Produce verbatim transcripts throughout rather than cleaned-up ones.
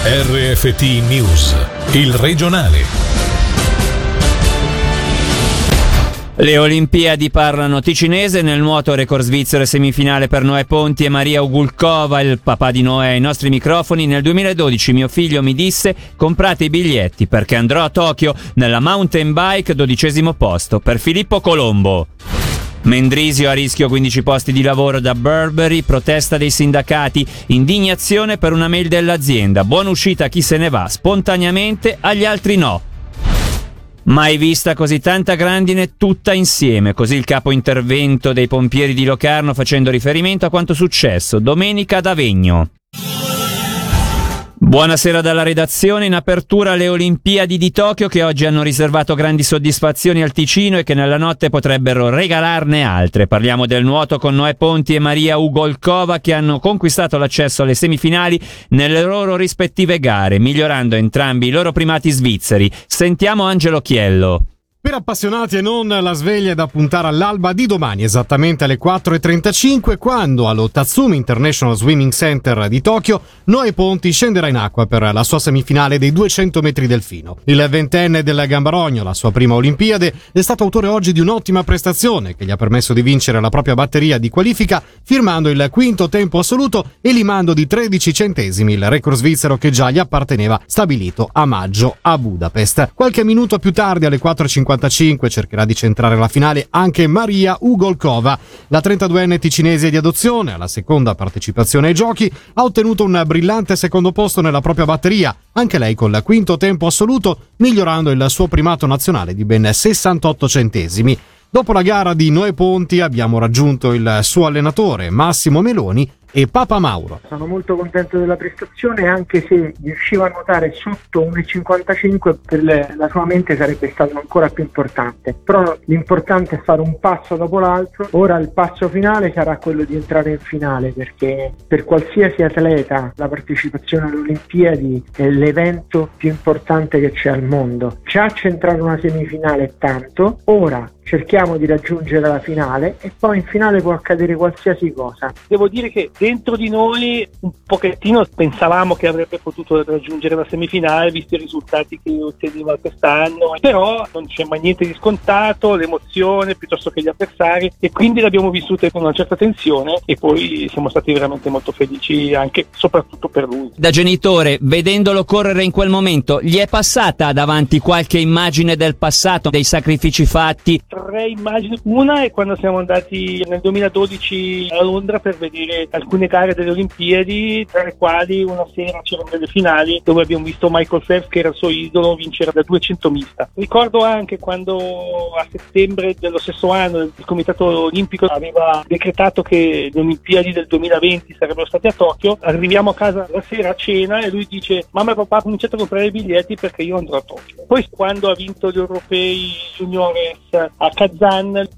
R F T News, il regionale. Le Olimpiadi parlano ticinese, nel nuoto record svizzero e semifinale per Noè Ponti e Maria Ugulkova, il papà di Noè ai nostri microfoni. Nel duemiladodici mio figlio mi disse: comprate i biglietti perché andrò a Tokyo nella mountain bike, dodicesimo posto per Filippo Colombo. Mendrisio a rischio quindici posti di lavoro da Burberry, protesta dei sindacati, indignazione per una mail dell'azienda, buona uscita a chi se ne va spontaneamente, agli altri no. Mai vista così tanta grandine tutta insieme, così il capo intervento dei pompieri di Locarno, facendo riferimento a quanto successo domenica ad Avegno. Buonasera dalla redazione. In apertura le Olimpiadi di Tokyo, che oggi hanno riservato grandi soddisfazioni al Ticino e che nella notte potrebbero regalarne altre. Parliamo del nuoto con Noè Ponti e Maria Ugolkova, che hanno conquistato l'accesso alle semifinali nelle loro rispettive gare, migliorando entrambi i loro primati svizzeri. Sentiamo Angelo Chiello. Per appassionati e non, la sveglia è da puntare all'alba di domani, esattamente alle quattro e trentacinque, quando allo Tatsumi International Swimming Center di Tokyo Noè Ponti scenderà in acqua per la sua semifinale dei duecento metri delfino. Il ventenne del Gambarogno, la sua prima Olimpiade, è stato autore oggi di un'ottima prestazione che gli ha permesso di vincere la propria batteria di qualifica, firmando il quinto tempo assoluto e limando di tredici centesimi il record svizzero che già gli apparteneva, stabilito a maggio a Budapest. Qualche minuto più tardi, alle quattro e cinquantacinque, cercherà di centrare la finale anche Maria Ugolkova. La trentaduenne ticinese di adozione, alla seconda partecipazione ai giochi, ha ottenuto un brillante secondo posto nella propria batteria, anche lei col quinto tempo assoluto, migliorando il suo primato nazionale di ben sessantotto centesimi. Dopo la gara di Noè Ponti abbiamo raggiunto il suo allenatore Massimo Meloni e Papa Mauro. Sono molto contento della prestazione, anche se riusciva a nuotare sotto uno e cinquantacinque, per le, la sua mente sarebbe stato ancora più importante. Però l'importante è fare un passo dopo l'altro. Ora il passo finale sarà quello di entrare in finale, perché per qualsiasi atleta la partecipazione alle Olimpiadi è l'evento più importante che c'è al mondo. Già centrare una semifinale è tanto, ora cerchiamo di raggiungere la finale e poi in finale può accadere qualsiasi cosa. Devo dire che dentro di noi un pochettino pensavamo che avrebbe potuto raggiungere la semifinale visto i risultati che otteneva quest'anno, però non c'è mai niente di scontato, l'emozione piuttosto che gli avversari, e quindi l'abbiamo vissuta con una certa tensione e poi siamo stati veramente molto felici anche soprattutto per lui. Da genitore, vedendolo correre in quel momento, gli è passata davanti qualche immagine del passato, dei sacrifici fatti? Tre immagini. Una è quando siamo andati nel duemiladodici a Londra per vedere alcune gare delle Olimpiadi, tra le quali una sera c'erano delle finali dove abbiamo visto Michael Phelps, che era il suo idolo, vincere da duecento mista. Ricordo anche quando a settembre dello stesso anno il Comitato Olimpico aveva decretato che le Olimpiadi del duemilaventi sarebbero state a Tokyo. Arriviamo a casa la sera a cena e lui dice: mamma e papà, cominciate a comprare i biglietti perché io andrò a Tokyo. Poi quando ha vinto gli europei juniores a Kazan.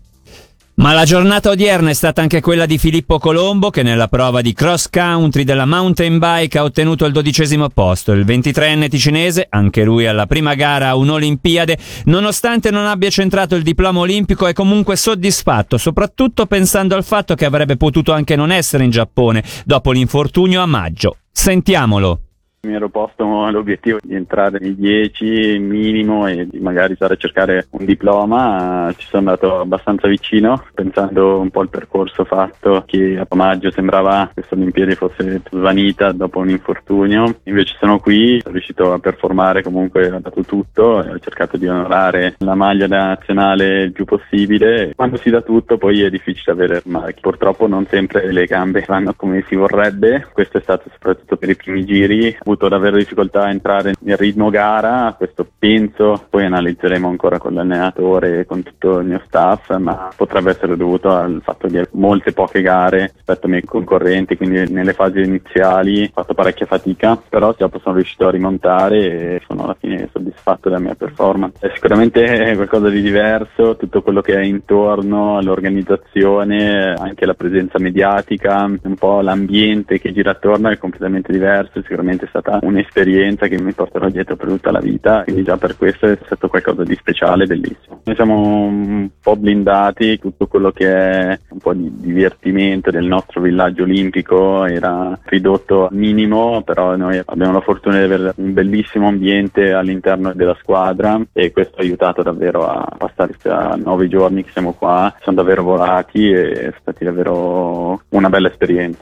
Ma la giornata odierna è stata anche quella di Filippo Colombo, che nella prova di cross country della mountain bike ha ottenuto il dodicesimo posto. Il ventitreenne ticinese, anche lui alla prima gara a un'Olimpiade, nonostante non abbia centrato il diploma olimpico, è comunque soddisfatto, soprattutto pensando al fatto che avrebbe potuto anche non essere in Giappone dopo l'infortunio a maggio. Sentiamolo. Mi ero posto l'obiettivo di entrare nei dieci minimo e di magari stare a cercare un diploma. Ci sono andato abbastanza vicino, pensando un po' al percorso fatto, che a maggio sembrava questa Olimpiade fosse svanita dopo un infortunio. Invece sono qui, sono riuscito a performare, comunque ho dato tutto, ho cercato di onorare la maglia nazionale il più possibile. Quando si dà tutto poi è difficile avere marchi. Purtroppo non sempre le gambe vanno come si vorrebbe, questo è stato soprattutto per i primi giri. Ho avuto davvero difficoltà a entrare nel ritmo gara, questo penso, poi analizzeremo ancora con l'allenatore e con tutto il mio staff, ma potrebbe essere dovuto al fatto di molte poche gare rispetto ai miei concorrenti, quindi nelle fasi iniziali ho fatto parecchia fatica, però dopo sono riuscito a rimontare e sono alla fine soddisfatto della mia performance. È sicuramente qualcosa di diverso, tutto quello che è intorno all'organizzazione, anche la presenza mediatica, un po' l'ambiente che gira attorno è completamente diverso, sicuramente stata un'esperienza che mi porterò dietro per tutta la vita, quindi già per questo è stato qualcosa di speciale, bellissimo. Noi siamo un po' blindati, tutto quello che è un po' di divertimento del nostro villaggio olimpico era ridotto al minimo, però noi abbiamo la fortuna di avere un bellissimo ambiente all'interno della squadra e questo ha aiutato davvero a passare questi nove giorni che siamo qua, sono davvero volati e è stata davvero una bella esperienza.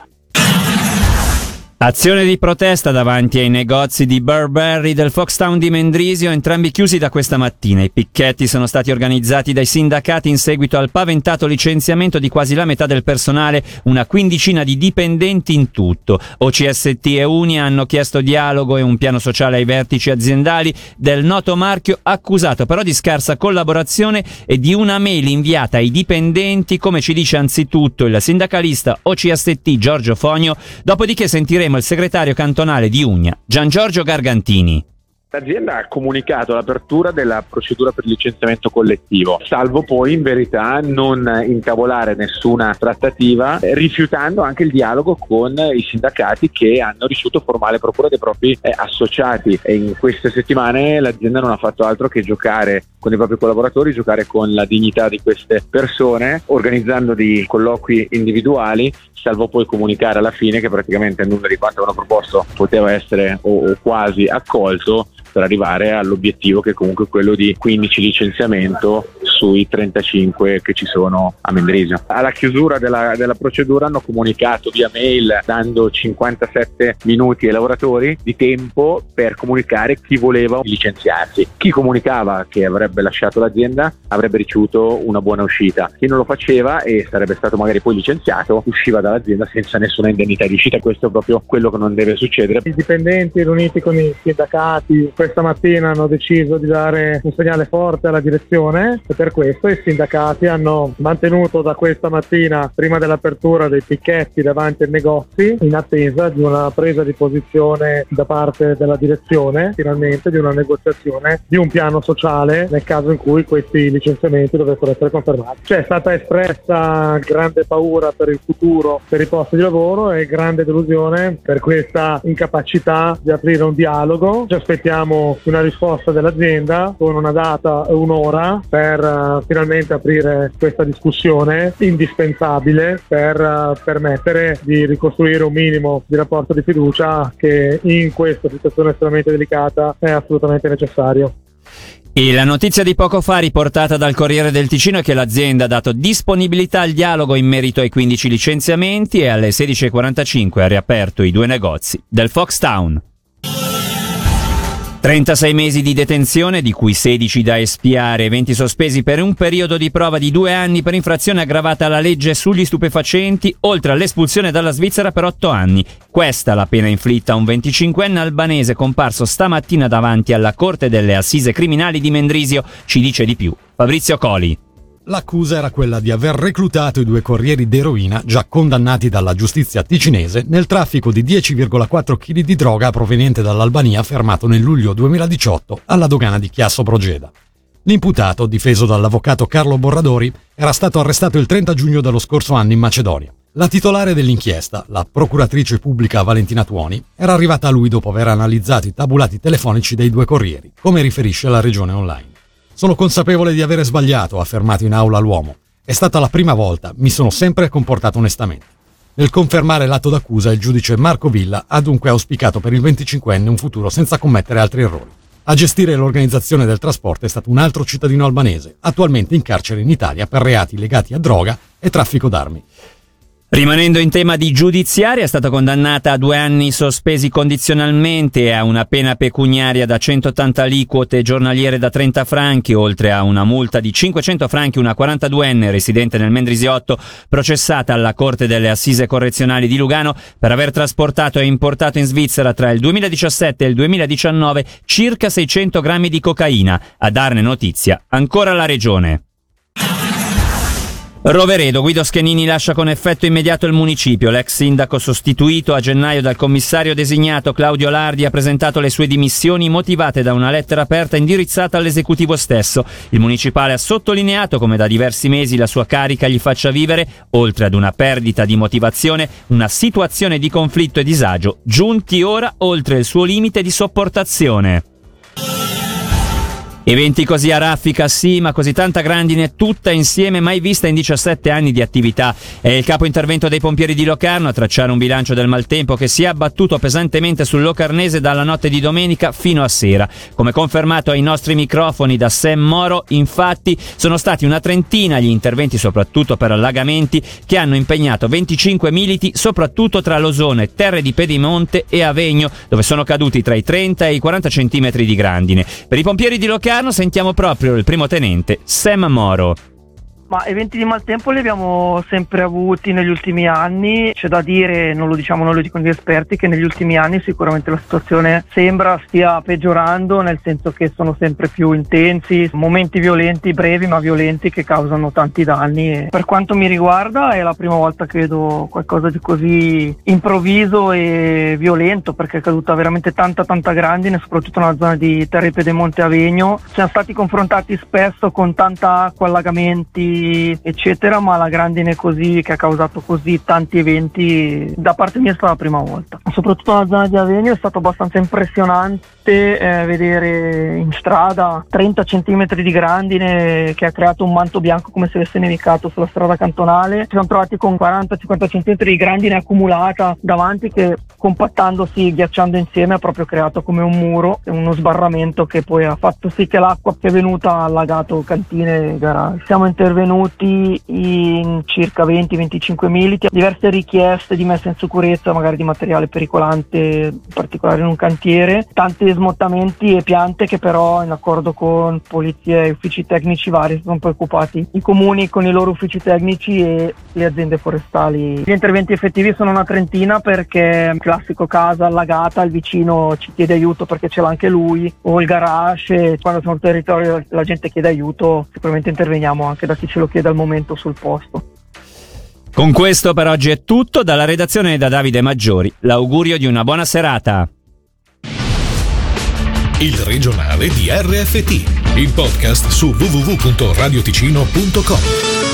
Azione di protesta davanti ai negozi di Burberry del Foxtown di Mendrisio, entrambi chiusi da questa mattina. I picchetti sono stati organizzati dai sindacati in seguito al paventato licenziamento di quasi la metà del personale, una quindicina di dipendenti in tutto. O C S T e Unia hanno chiesto dialogo e un piano sociale ai vertici aziendali del noto marchio, accusato però di scarsa collaborazione e di una mail inviata ai dipendenti, come ci dice anzitutto il sindacalista O C S T Giorgio Fogno, dopodiché sentiremo il segretario cantonale di Unia, Gian Giorgio Gargantini. L'azienda ha comunicato l'apertura della procedura per licenziamento collettivo, salvo poi in verità non intavolare nessuna trattativa, rifiutando anche il dialogo con i sindacati che hanno ricevuto formale procura dei propri eh, associati. E in queste settimane l'azienda non ha fatto altro che giocare con i propri collaboratori, giocare con la dignità di queste persone, organizzando dei colloqui individuali, salvo poi comunicare alla fine che praticamente nulla di quanto avevano proposto poteva essere o, o quasi accolto, per arrivare all'obiettivo che comunque è quello di quindici licenziamento sui trentacinque che ci sono a Mendrisio. Alla chiusura della, della procedura hanno comunicato via mail, dando cinquantasette minuti ai lavoratori di tempo per comunicare chi voleva licenziarsi. Chi comunicava che avrebbe lasciato l'azienda avrebbe ricevuto una buona uscita. Chi non lo faceva e sarebbe stato magari poi licenziato usciva dall'azienda senza nessuna indennità di uscita. Questo è proprio quello che non deve succedere. I dipendenti riuniti con i sindacati questa mattina hanno deciso di dare un segnale forte alla direzione e per questo i sindacati hanno mantenuto da questa mattina, prima dell'apertura, dei picchetti davanti ai negozi in attesa di una presa di posizione da parte della direzione, finalmente di una negoziazione di un piano sociale nel caso in cui questi licenziamenti dovessero essere confermati. C'è stata espressa grande paura per il futuro, per i posti di lavoro e grande delusione per questa incapacità di aprire un dialogo. Ci aspettiamo una risposta dell'azienda con una data e un'ora per uh, finalmente aprire questa discussione indispensabile per uh, permettere di ricostruire un minimo di rapporto di fiducia che in questa situazione estremamente delicata è assolutamente necessario. E la notizia di poco fa riportata dal Corriere del Ticino è che l'azienda ha dato disponibilità al dialogo in merito ai quindici licenziamenti e alle sedici e quarantacinque ha riaperto i due negozi del Foxtown. trentasei mesi di detenzione, di cui sedici da espiare e venti sospesi per un periodo di prova di due anni per infrazione aggravata alla legge sugli stupefacenti, oltre all'espulsione dalla Svizzera per otto anni. Questa la pena inflitta a un venticinquenne albanese comparso stamattina davanti alla Corte delle Assise Criminali di Mendrisio. Ci dice di più Fabrizio Coli. L'accusa era quella di aver reclutato i due corrieri d'eroina già condannati dalla giustizia ticinese nel traffico di dieci virgola quattro chili di droga proveniente dall'Albania fermato nel luglio duemiladiciotto alla dogana di Chiasso Brogeda. L'imputato, difeso dall'avvocato Carlo Borradori, era stato arrestato il trenta giugno dello scorso anno in Macedonia. La titolare dell'inchiesta, la procuratrice pubblica Valentina Tuoni, era arrivata a lui dopo aver analizzato i tabulati telefonici dei due corrieri, come riferisce la Regione Online. Sono consapevole di avere sbagliato, ha affermato in aula l'uomo. È stata la prima volta, mi sono sempre comportato onestamente. Nel confermare l'atto d'accusa, il giudice Marco Villa ha dunque auspicato per il venticinquenne un futuro senza commettere altri errori. A gestire l'organizzazione del trasporto è stato un altro cittadino albanese, attualmente in carcere in Italia per reati legati a droga e traffico d'armi. Rimanendo in tema di giudiziaria, è stata condannata a due anni sospesi condizionalmente e a una pena pecuniaria da centottanta aliquote giornaliere da trenta franchi, oltre a una multa di cinquecento franchi, una quarantaduenne residente nel Mendrisiotto, processata alla Corte delle Assise Correzionali di Lugano per aver trasportato e importato in Svizzera tra il duemiladiciassette e il duemiladiciannove circa seicento grammi di cocaina. A darne notizia ancora la Regione. Roveredo, Guido Schenini lascia con effetto immediato il municipio. L'ex sindaco sostituito a gennaio dal commissario designato Claudio Lardi ha presentato le sue dimissioni motivate da una lettera aperta indirizzata all'esecutivo stesso. Il municipale ha sottolineato come da diversi mesi la sua carica gli faccia vivere, oltre ad una perdita di motivazione, una situazione di conflitto e disagio, giunti ora oltre il suo limite di sopportazione. Eventi così a raffica, sì, ma così tanta grandine tutta insieme mai vista in diciassette anni di attività. È il capo intervento dei pompieri di Locarno a tracciare un bilancio del maltempo che si è abbattuto pesantemente sul Locarnese dalla notte di domenica fino a sera. Come confermato ai nostri microfoni da Sam Moro, infatti, sono stati una trentina gli interventi soprattutto per allagamenti che hanno impegnato venticinque militi soprattutto tra Losone, Terre di Pedimonte e Avegno, dove sono caduti tra i trenta e i quaranta centimetri di grandine. Per i pompieri di Locarno sentiamo proprio il primo tenente Sam Moro. Ma eventi di maltempo li abbiamo sempre avuti negli ultimi anni. C'è da dire, non lo diciamo, non lo dicono gli esperti, che negli ultimi anni sicuramente la situazione sembra stia peggiorando, nel senso che sono sempre più intensi, momenti violenti, brevi ma violenti, che causano tanti danni. E per quanto mi riguarda è la prima volta che vedo qualcosa di così improvviso e violento, perché è caduta veramente tanta tanta grandine, soprattutto nella zona di Terre Piedemonte e Avegno. Siamo stati confrontati spesso con tanta acqua, allagamenti eccetera, ma la grandine così, che ha causato così tanti eventi, da parte mia è stata la prima volta. Soprattutto nella zona di Avegno è stato abbastanza impressionante eh, vedere in strada trenta centimetri di grandine che ha creato un manto bianco come se avesse nevicato sulla strada cantonale. Ci siamo trovati con quaranta cinquanta centimetri di grandine accumulata davanti che, compattandosi, ghiacciando insieme, ha proprio creato come un muro e uno sbarramento che poi ha fatto sì che l'acqua che è venuta ha allagato cantine e garage. Siamo intervenuti in circa venti venticinque militi, diverse richieste di messa in sicurezza magari di materiale pericolante, in particolare in un cantiere, tanti smottamenti e piante che però, in accordo con polizia e uffici tecnici vari, sono poi occupati i comuni con i loro uffici tecnici e le aziende forestali. Gli interventi effettivi sono una trentina, perché il classico casa allagata, il vicino ci chiede aiuto perché ce l'ha anche lui, o il garage, e quando siamo sul territorio la gente chiede aiuto, sicuramente interveniamo anche da chi ce lo chiede al momento sul posto. Con questo per oggi è tutto. Dalla redazione e da Davide Maggiori l'augurio di una buona serata. Il regionale di R F T, il podcast su w w w punto radioticino punto com.